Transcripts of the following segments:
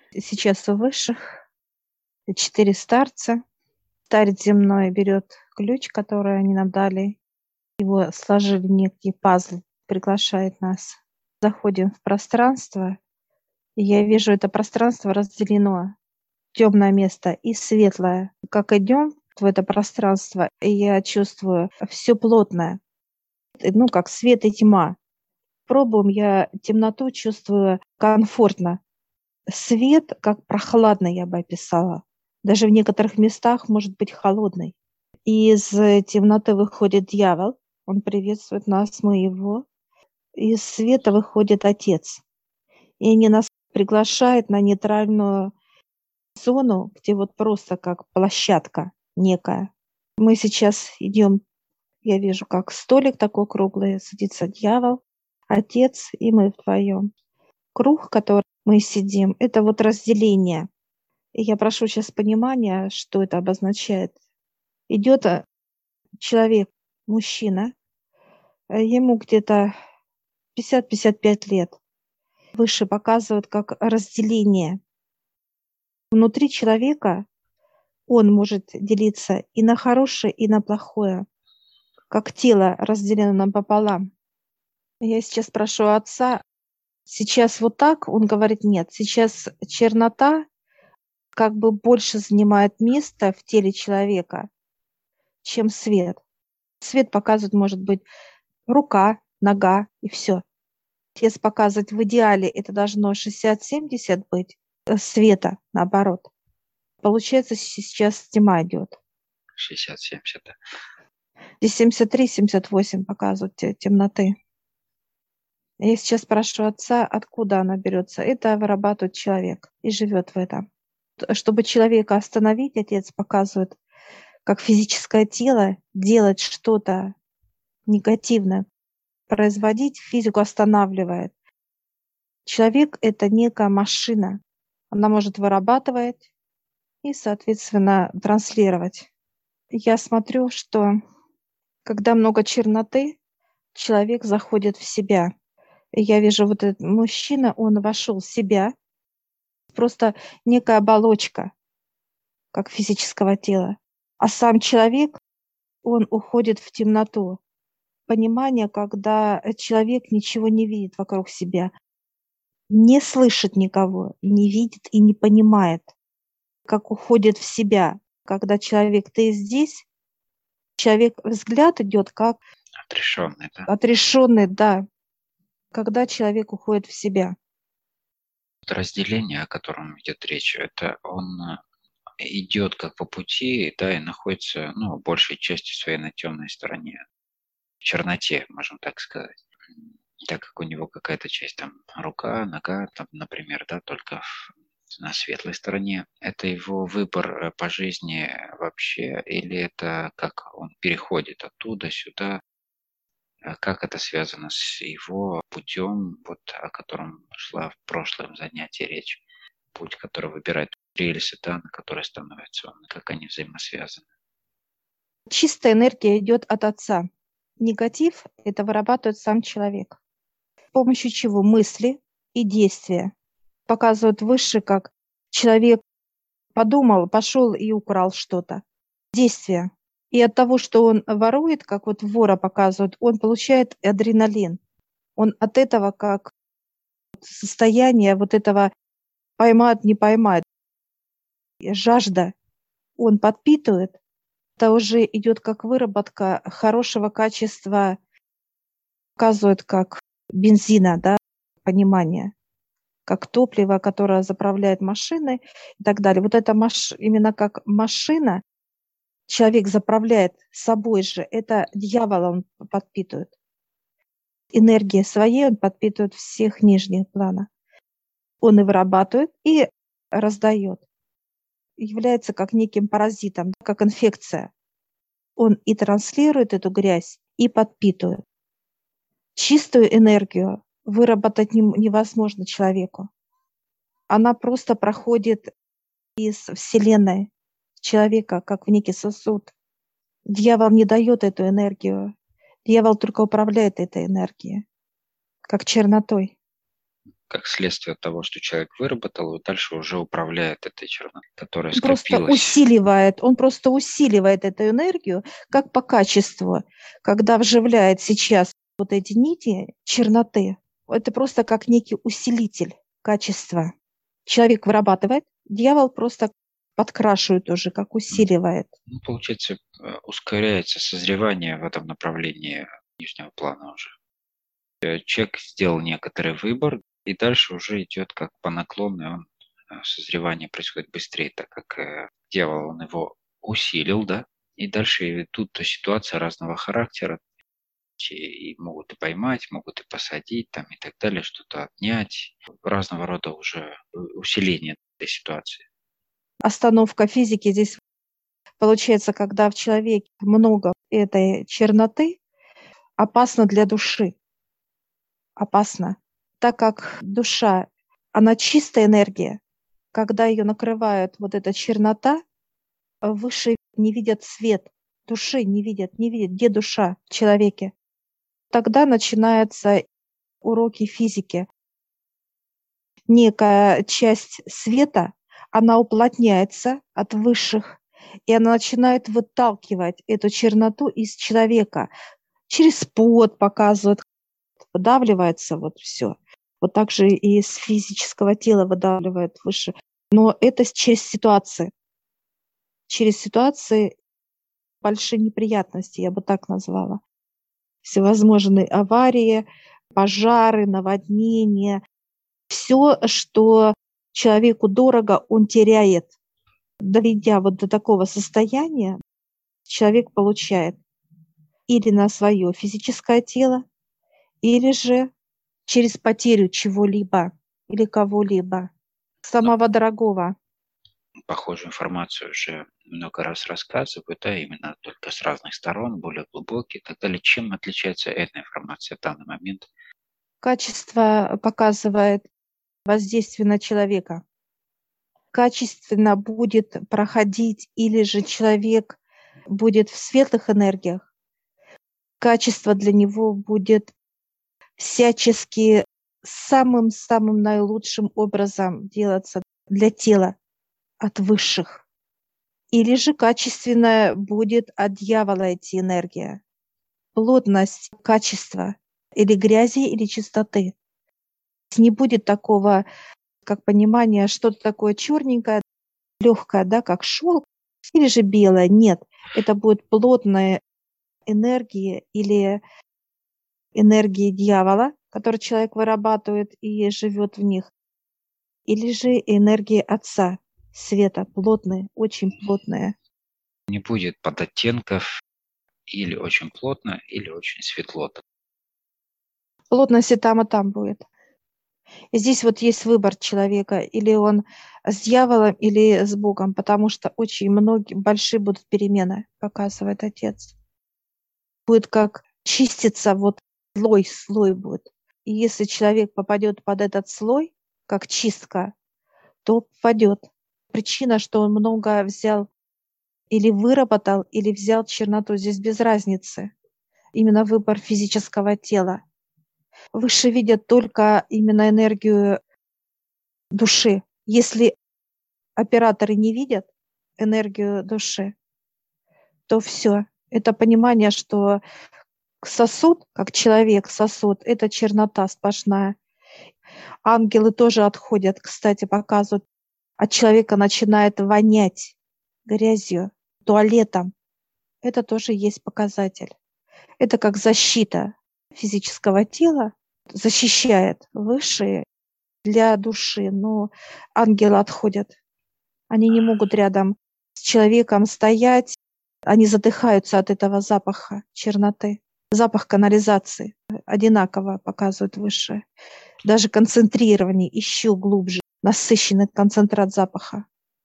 Сейчас у высших 4 старца. Старец земной берет ключ, который они нам дали, его сложили в некий пазл, приглашает нас. Заходим в пространство, и я вижу, это пространство разделено. Темное место и светлое. Как идем в это пространство, и я чувствую все плотное, ну, как свет и тьма. Пробуем, я темноту чувствую комфортно. Свет, как прохладный, я бы описала. Даже в некоторых местах может быть холодный. И из темноты выходит дьявол. Он приветствует нас, мы его. Из света выходит Отец. И они нас приглашают на нейтральную зону, где вот просто как площадка некая. Мы сейчас идем, я вижу, как столик такой круглый, садится дьявол, Отец, и мы вдвоем. Круг, в котором мы сидим, это вот разделение. И я прошу сейчас понимания, что это обозначает. Идет человек, мужчина, ему где-то 50-55 лет. Выше показывают как разделение. Внутри человека он может делиться и на хорошее, и на плохое, как тело разделено напополам. Я сейчас прошу отца, сейчас вот так, он говорит, нет, сейчас чернота как бы больше занимает место в теле человека, чем свет. Свет показывает, может быть, рука, нога и все. Отец показывает, в идеале это должно 60-70 быть, света наоборот. Получается, сейчас тьма идет. 60-70, да. Здесь 73-78 показывают темноты. Я сейчас спрашиваю отца, откуда она берется. Это вырабатывает человек и живет в этом. Чтобы человека остановить, отец показывает, как физическое тело делать что-то негативное, производить, физику останавливает. Человек – это некая машина. Она может вырабатывать и, соответственно, транслировать. Я смотрю, что когда много черноты, человек заходит в себя. И я вижу, вот этот мужчина, он вошел в себя, просто некая оболочка, как физического тела. А сам человек, он уходит в темноту. Понимание, когда человек ничего не видит вокруг себя, не слышит никого, не видит и не понимает, как уходит в себя. Когда человек, ты здесь, человек, взгляд идет как Отрешенный, да. отрешенный, да, когда человек уходит в себя. Разделение, о котором идет речь, это он идет как по пути, да, и находится, ну, большей частью своей на темной стороне, в черноте, можем так сказать. Так как у него какая-то часть, там, рука, нога, там, например, да, только на светлой стороне. Это его выбор по жизни вообще, или это как он переходит оттуда сюда, как это связано с его путем, вот, о котором шла в прошлом занятии речь, путь, который выбирает рельсы, да, на которые становится он, как они взаимосвязаны. Чистая энергия идет от Отца. Негатив – это вырабатывает сам человек. С помощью чего? Мысли и действия. Показывают выше, как человек подумал, пошел и украл что-то. Действия. И от того, что он ворует, как вот вора показывают, он получает адреналин. Он от этого как состояние вот этого поймают, не поймают. Жажда. Он подпитывает. Это уже идет как выработка хорошего качества, показывают как бензина, да, понимание, как топливо, которое заправляет машины и так далее. Вот это именно как машина, человек заправляет собой же, это дьявол он подпитывает. Энергия своей он подпитывает всех нижних планов. Он и вырабатывает, и раздает. Является как неким паразитом, как инфекция. Он и транслирует эту грязь, и подпитывает. Чистую энергию выработать невозможно человеку. Она просто проходит из Вселенной человека, как в некий сосуд. Дьявол не дает эту энергию. Дьявол только управляет этой энергией, как чернотой. как следствие того, что человек выработал, и дальше уже управляет этой чернотой, которая скопилась. Он просто усиливает эту энергию, как по качеству, когда вживляет сейчас вот эти нити черноты. Это просто как некий усилитель качества. Человек вырабатывает, дьявол просто подкрашивает уже, как усиливает. Ну, получается, ускоряется созревание в этом направлении нижнего плана уже. Человек сделал некоторый выбор, и дальше уже идет как по наклону, он, созревание происходит быстрее, так как дьявол, он его усилил, да, и дальше идут ситуации разного характера, и могут и поймать, могут и посадить, там, и так далее, что-то отнять, разного рода уже усиление этой ситуации. Остановка физики здесь получается, когда в человеке много этой черноты, опасно для души. Опасно. Так как душа, она чистая энергия, когда ее накрывает вот эта чернота, выше не видят свет, души не видят, где душа в человеке. Тогда начинаются уроки физики. Некая часть света, она уплотняется от высших, и она начинает выталкивать эту черноту из человека. Через пот показывают, выдавливается вот все. Вот так же и из физического тела выдавливает выше. Но это через ситуации. Через ситуации большие неприятности, я бы так назвала. Всевозможные аварии, пожары, наводнения. Все, что человеку дорого, он теряет. Доведя вот до такого состояния, человек получает или на свое физическое тело, или же через потерю чего-либо или кого-либо, Но самого дорогого. похожую информацию уже много раз рассказывают, да, именно только с разных сторон, более глубокие и так далее. Чем отличается эта информация в данный момент? Качество показывает воздействие на человека. Качественно будет проходить, или же человек будет в светлых энергиях, качество для него будет всячески самым-самым наилучшим образом делаться для тела от высших. Или же качественная будет от дьявола идти энергия. Плотность, качество или грязи, или чистоты. Не будет такого, как понимание, что-то такое черненькое, легкое, да, как шелк, или же белое. Нет, это будет плотная энергия или энергии дьявола, который человек вырабатывает и живет в них, или же энергии Отца, света, плотные, очень плотные. Не будет подоттенков или очень плотно, или очень светло. Плотность и там будет. И здесь вот есть выбор человека, или он с дьяволом, или с Богом, потому что очень многие, большие будут перемены, показывает Отец. Будет как чиститься, вот слой будет. И если человек попадет под этот слой, как чистка, то попадет. Причина, что он много взял или выработал, или взял черноту, здесь без разницы. Именно выбор физического тела. Выше видят только именно энергию души. Если операторы не видят энергию души, то все. Это понимание, что сосуд, как человек сосуд, это чернота сплошная. Ангелы тоже отходят, кстати, показывают. От человека начинает вонять грязью, туалетом. Это тоже есть показатель. Это как защита физического тела, защищает высшие для души, но ангелы отходят. Они не могут рядом с человеком стоять, они задыхаются от этого запаха черноты. Запах канализации одинаково показывают высшие. Даже концентрирование еще глубже, насыщенный концентрат запаха.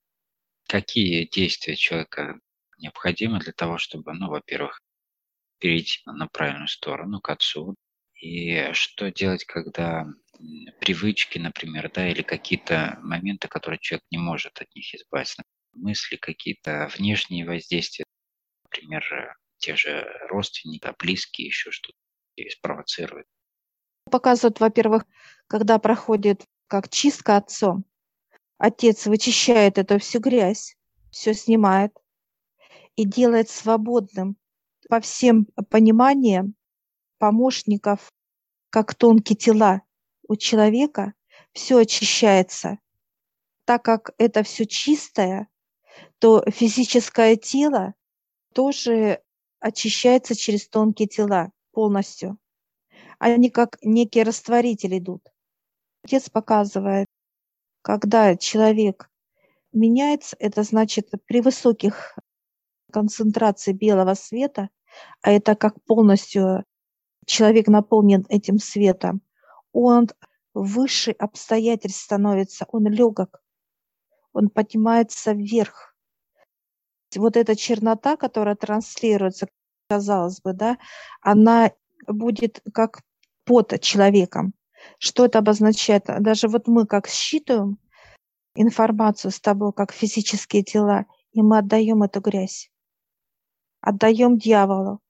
Какие действия человека необходимы для того, чтобы, ну, во-первых, перейти на правильную сторону, к Отцу? И что делать, когда привычки, например, да, или какие-то моменты, которые человек не может от них избавиться, мысли какие-то, внешние воздействия, например, те же родственники, да, близкие, еще что-то спровоцируют. Показывают, во-первых, когда проходит как чистка отцом, отец вычищает эту всю грязь, все снимает и делает свободным по всем пониманиям помощников, как тонкие тела у человека, все очищается. Так как это все чистое, то физическое тело тоже очищается через тонкие тела полностью. Они как некий растворитель идут. Отец показывает, когда человек меняется, это значит при высоких концентрациях белого света, а это как полностью человек наполнен этим светом, он выше обстоятельств становится, он легок, он поднимается вверх. Вот эта чернота, которая транслируется, казалось бы, да, она будет как под человеком. Что это обозначает? Даже вот мы как считываем информацию с тобой, как физические тела, и мы отдаем эту грязь, отдаем дьяволу.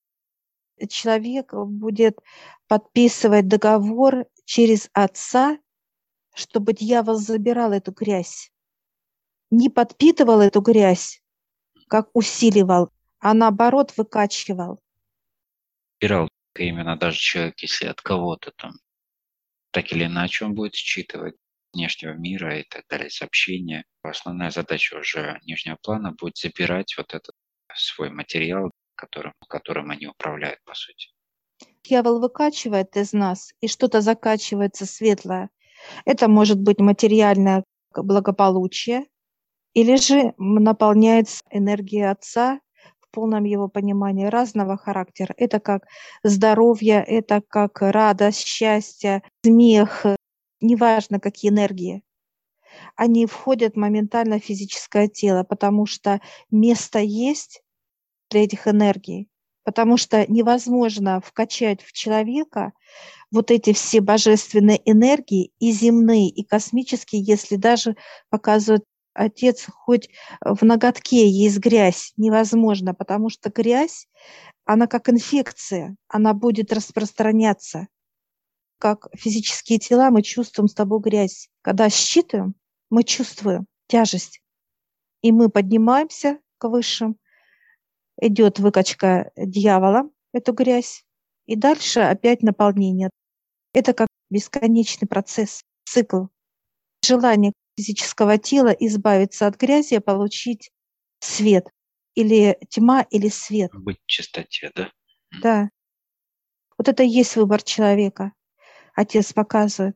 Человек будет подписывать договор через отца, чтобы дьявол забирал эту грязь. Не подпитывал эту грязь, как усиливал, а наоборот выкачивал. Убирал именно даже человек, если от кого-то там, так или иначе он будет считывать внешнего мира и так далее, сообщения. Основная задача уже нижнего плана будет забирать вот этот свой материал, которым они управляют, по сути. Дьявол выкачивает из нас, и что-то закачивается светлое. Это может быть материальное благополучие, или же наполняется энергией Отца в полном его понимании разного характера. Это как здоровье, это как радость, счастье, смех, неважно какие энергии. Они входят моментально в физическое тело, потому что место есть для этих энергий, потому что невозможно вкачать в человека вот эти все божественные энергии, и земные, и космические, если даже показывает отец, хоть в ноготке есть грязь, невозможно, потому что грязь, она как инфекция, она будет распространяться. Как физические тела мы чувствуем с тобой грязь. Когда считываем, мы чувствуем тяжесть, и мы поднимаемся к высшим, идет выкачка дьявола, эту грязь, и дальше опять наполнение. Это как бесконечный процесс, цикл. Желание физического тела избавиться от грязи, а получить свет. Или тьма, или свет. Быть в чистоте, да? Да. Вот это и есть выбор человека. Отец показывает.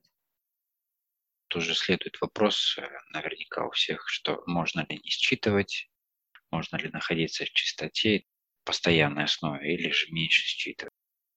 Тоже следует вопрос наверняка у всех, что можно ли не считывать, можно ли находиться в чистоте, постоянной основе, или же меньше считывать.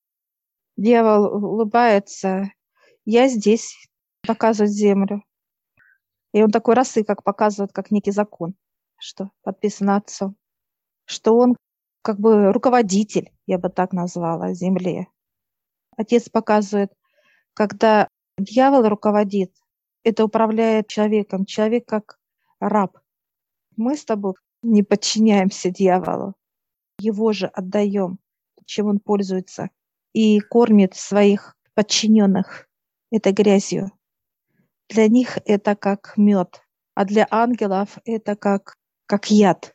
Дьявол улыбается. Я здесь, показывает землю. И он такой раз и как показывает, как некий закон, что подписано отцом. Что он как бы руководитель, я бы так назвала, земле. Отец показывает, когда дьявол руководит, это управляет человеком. Человек как раб. Мы с тобой не подчиняемся дьяволу. Его же отдаем, чем он пользуется. И кормит своих подчиненных этой грязью. Для них это как мед, а для ангелов это как яд.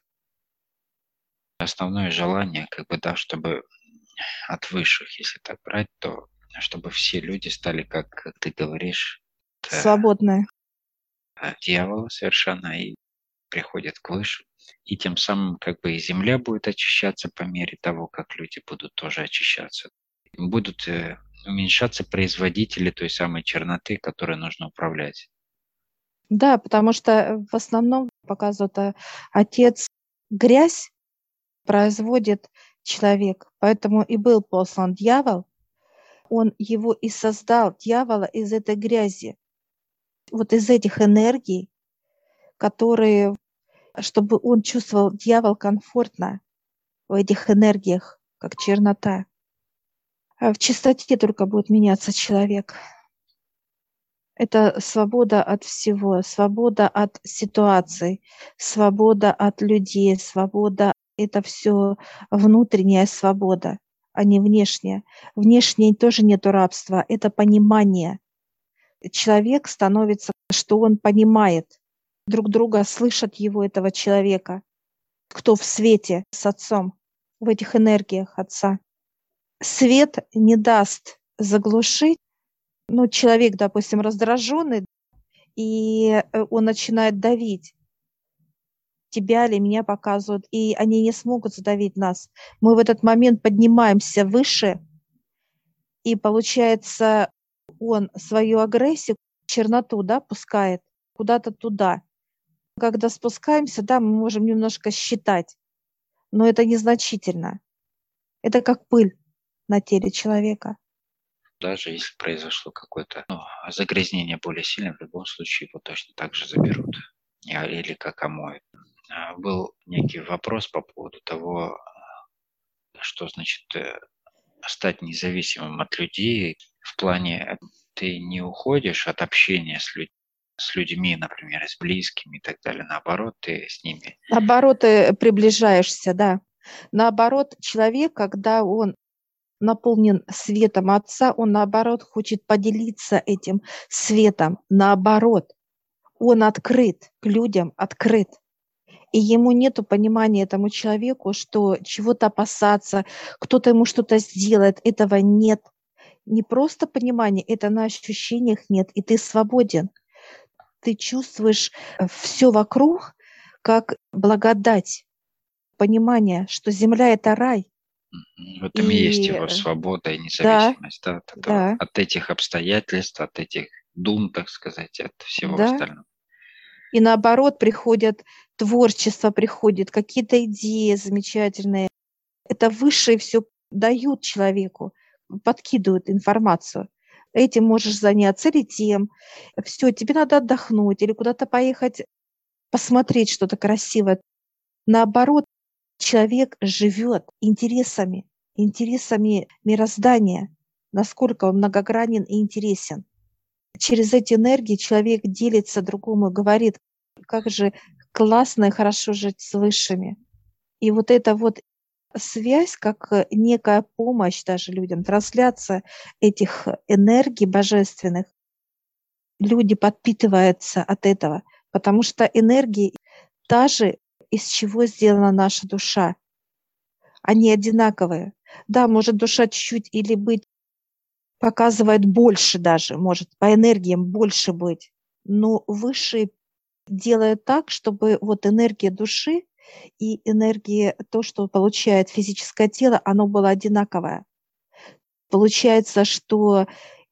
Основное желание, да, чтобы от высших, если так брать, то чтобы все люди стали, как ты говоришь, Свободное. дьявола совершенно и приходят к высшим. И тем самым и земля будет очищаться по мере того, как люди будут тоже очищаться. Будут уменьшаться производители той самой черноты, которой нужно управлять. Да, потому что в основном показывает отец грязь производит человек. Поэтому и был послан дьявол. Он его и создал, дьявола, из этой грязи. Вот из этих энергий, которые, чтобы он чувствовал дьявол комфортно в этих энергиях, как чернота. А в чистоте только будет меняться человек. Это свобода от всего, свобода от ситуаций, свобода от людей, свобода. Это все внутренняя свобода. а не внешнее. Внешнее тоже нету рабства, это понимание. Человек становится, что он понимает друг друга, слышат его, этого человека, кто в свете с Отцом, в этих энергиях Отца. Свет не даст заглушить, ну, человек, допустим, раздраженный, и он начинает давить. Тебя или меня показывают, и они не смогут задавить нас. Мы в этот момент поднимаемся выше, и получается, он свою агрессию, черноту, да, пускает куда-то туда. Когда спускаемся, да, мы можем немножко считать, но это незначительно. Это как пыль на теле человека. Даже если произошло какое-то загрязнение более сильное, в любом случае его точно так же заберут. Или как омоют. Был некий вопрос по поводу того, что значит стать независимым от людей в плане ты не уходишь от общения с людьми, например, с близкими и так далее. Наоборот, ты с ними. Наоборот, ты приближаешься, да. Наоборот, человек, когда он наполнен светом Отца, он, наоборот, хочет поделиться этим светом. Наоборот, он открыт к людям, открыт. И ему нету понимания этому человеку, что чего-то опасаться, кто-то ему что-то сделает. Этого нет. Не просто понимание, это на ощущениях нет, и ты свободен. Ты чувствуешь все вокруг как благодать, понимание, что земля – это рай. В этом и есть И его свобода и да, независимость, да, да, от этих обстоятельств, от этих дум, так сказать, от всего да. остального. И наоборот, приходят творчество, приходят какие-то идеи замечательные. Это высшее все дают человеку, подкидывают информацию. Этим можешь заняться или тем. Все, тебе надо отдохнуть или куда-то поехать посмотреть что-то красивое. Наоборот, человек живет интересами мироздания, насколько он многогранен и интересен. Через эти энергии человек делится другому, говорит, как же классно и хорошо жить с высшими. И вот эта вот связь, как некая помощь даже людям, трансляция этих энергий божественных, люди подпитываются от этого, потому что энергии та же, из чего сделана наша душа. Они одинаковые. Да, может душа чуть-чуть или быть показывает больше даже, может по энергиям больше быть, но выше делает так, чтобы вот энергия души и энергия, то, что получает физическое тело, оно было одинаковое. Получается, что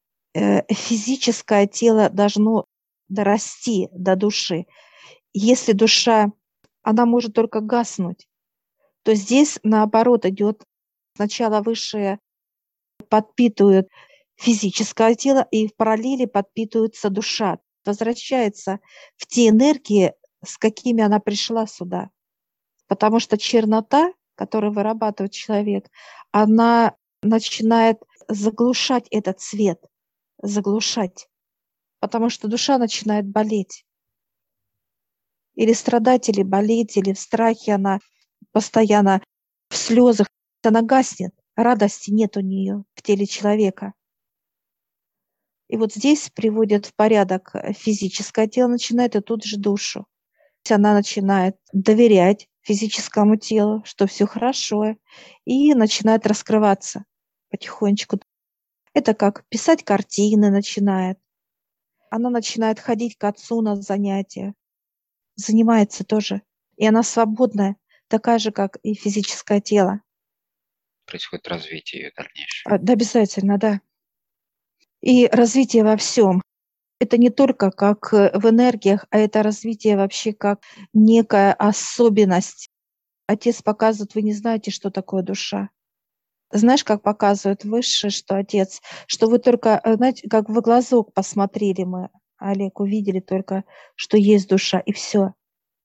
физическое тело должно дорасти до души. Если душа, она может только гаснуть, то здесь наоборот идет сначала высшее подпитывает физическое тело, и в параллели подпитывается душа, возвращается в те энергии, с какими она пришла сюда. Потому что чернота, которую вырабатывает человек, она начинает заглушать этот свет, заглушать, потому что душа начинает болеть. Или страдать, или болеть, или в страхе она постоянно в слезах, она гаснет, радости нет у нее в теле человека. И вот здесь приводят в порядок физическое тело, начинает и тут же душу. Она начинает доверять физическому телу, что все хорошо, и начинает раскрываться потихонечку. Это как писать картины начинает. Она начинает ходить к отцу на занятия, занимается тоже. И она свободная, такая же, как и физическое тело. Происходит развитие ее дальнейшее. Да, обязательно, да. И развитие во всем. Это не только как в энергиях, а это развитие вообще как некая особенность. Отец показывает, вы не знаете, что такое душа. Знаешь, как показывает Высший, что Отец, что вы только, знаете, как в глазок посмотрели мы, Олег, увидели только, что есть душа, и все.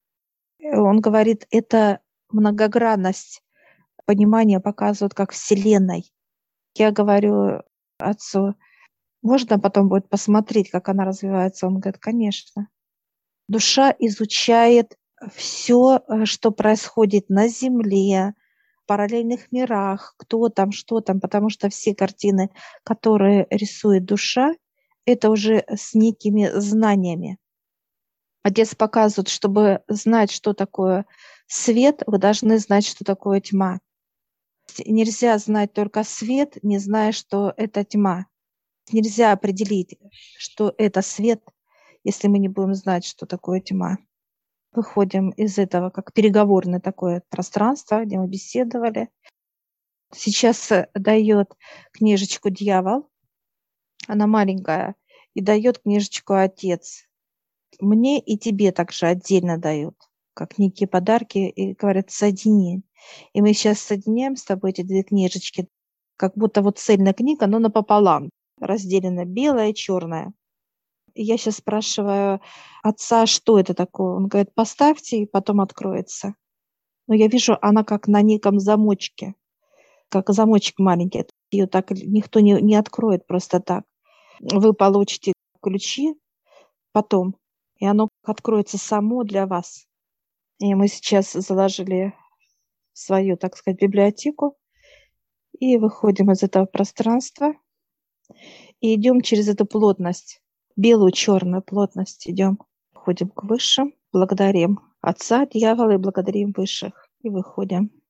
Он говорит, это многогранность понимания показывает как Вселенной. Я говорю Отцу, можно потом будет посмотреть, как она развивается? Он говорит, конечно. Душа изучает все, что происходит на Земле, параллельных мирах, кто там, что там, потому что все картины, которые рисует душа, это уже с некими знаниями. Отец показывает, чтобы знать, что такое свет, вы должны знать, что такое тьма. Нельзя знать только свет, не зная, что это тьма. Нельзя определить, что это свет, если мы не будем знать, что такое тьма. Выходим из этого как переговорное такое пространство, где мы беседовали. Сейчас дает книжечку дьявол, она маленькая, и дает книжечку отец. Мне и тебе также отдельно дают, как некие подарки, и говорят, соедини. И мы сейчас соединяем с тобой эти две книжечки, как будто вот цельная книга, но напополам, разделена белая и черная. И я сейчас спрашиваю отца, что это такое. Он говорит, поставьте, и потом откроется. Но я вижу, она как на неком замочке, как замочек маленький. Ее так никто не откроет просто так. Вы получите ключи потом, и оно откроется само для вас. И мы сейчас заложили в свою, так сказать, библиотеку и выходим из этого пространства и идем через эту плотность, белую, черную плотность идем. Ходим к высшим, благодарим Отца, Дьявола и благодарим высших. И выходим.